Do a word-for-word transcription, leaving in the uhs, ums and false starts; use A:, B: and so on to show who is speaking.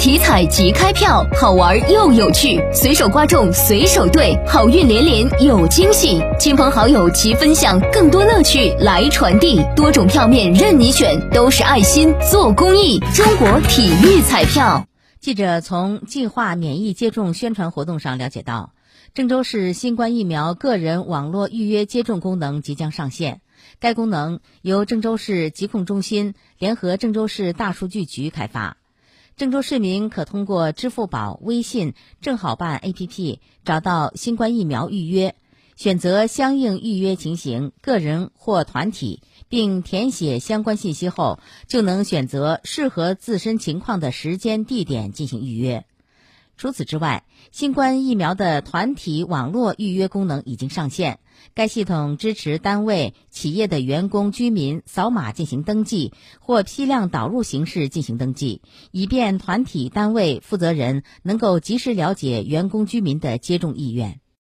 A: 体彩即开票，好玩又有趣，随手刮中随手兑，好运连连有惊喜，亲朋好友齐分享，更多乐趣来传递，多种票面任你选，都是爱心做公益。中国体育彩票。
B: 记者从计划免疫接种宣传活动上了解到，郑州市新冠疫苗个人网络预约接种功能即将上线。该功能由郑州市疾控中心联合郑州市大数据局开发。郑州市民可通过支付宝、微信、正好办 A P P 找到新冠疫苗预约，选择相应预约情形，个人或团体，并填写相关信息后，就能选择适合自身情况的时间地点进行预约。除此之外，新冠疫苗的团体网络预约功能已经上线，该系统支持单位、企业的员工、居民扫码进行登记，或批量导入形式进行登记，以便团体单位负责人能够及时了解员工居民的接种意愿。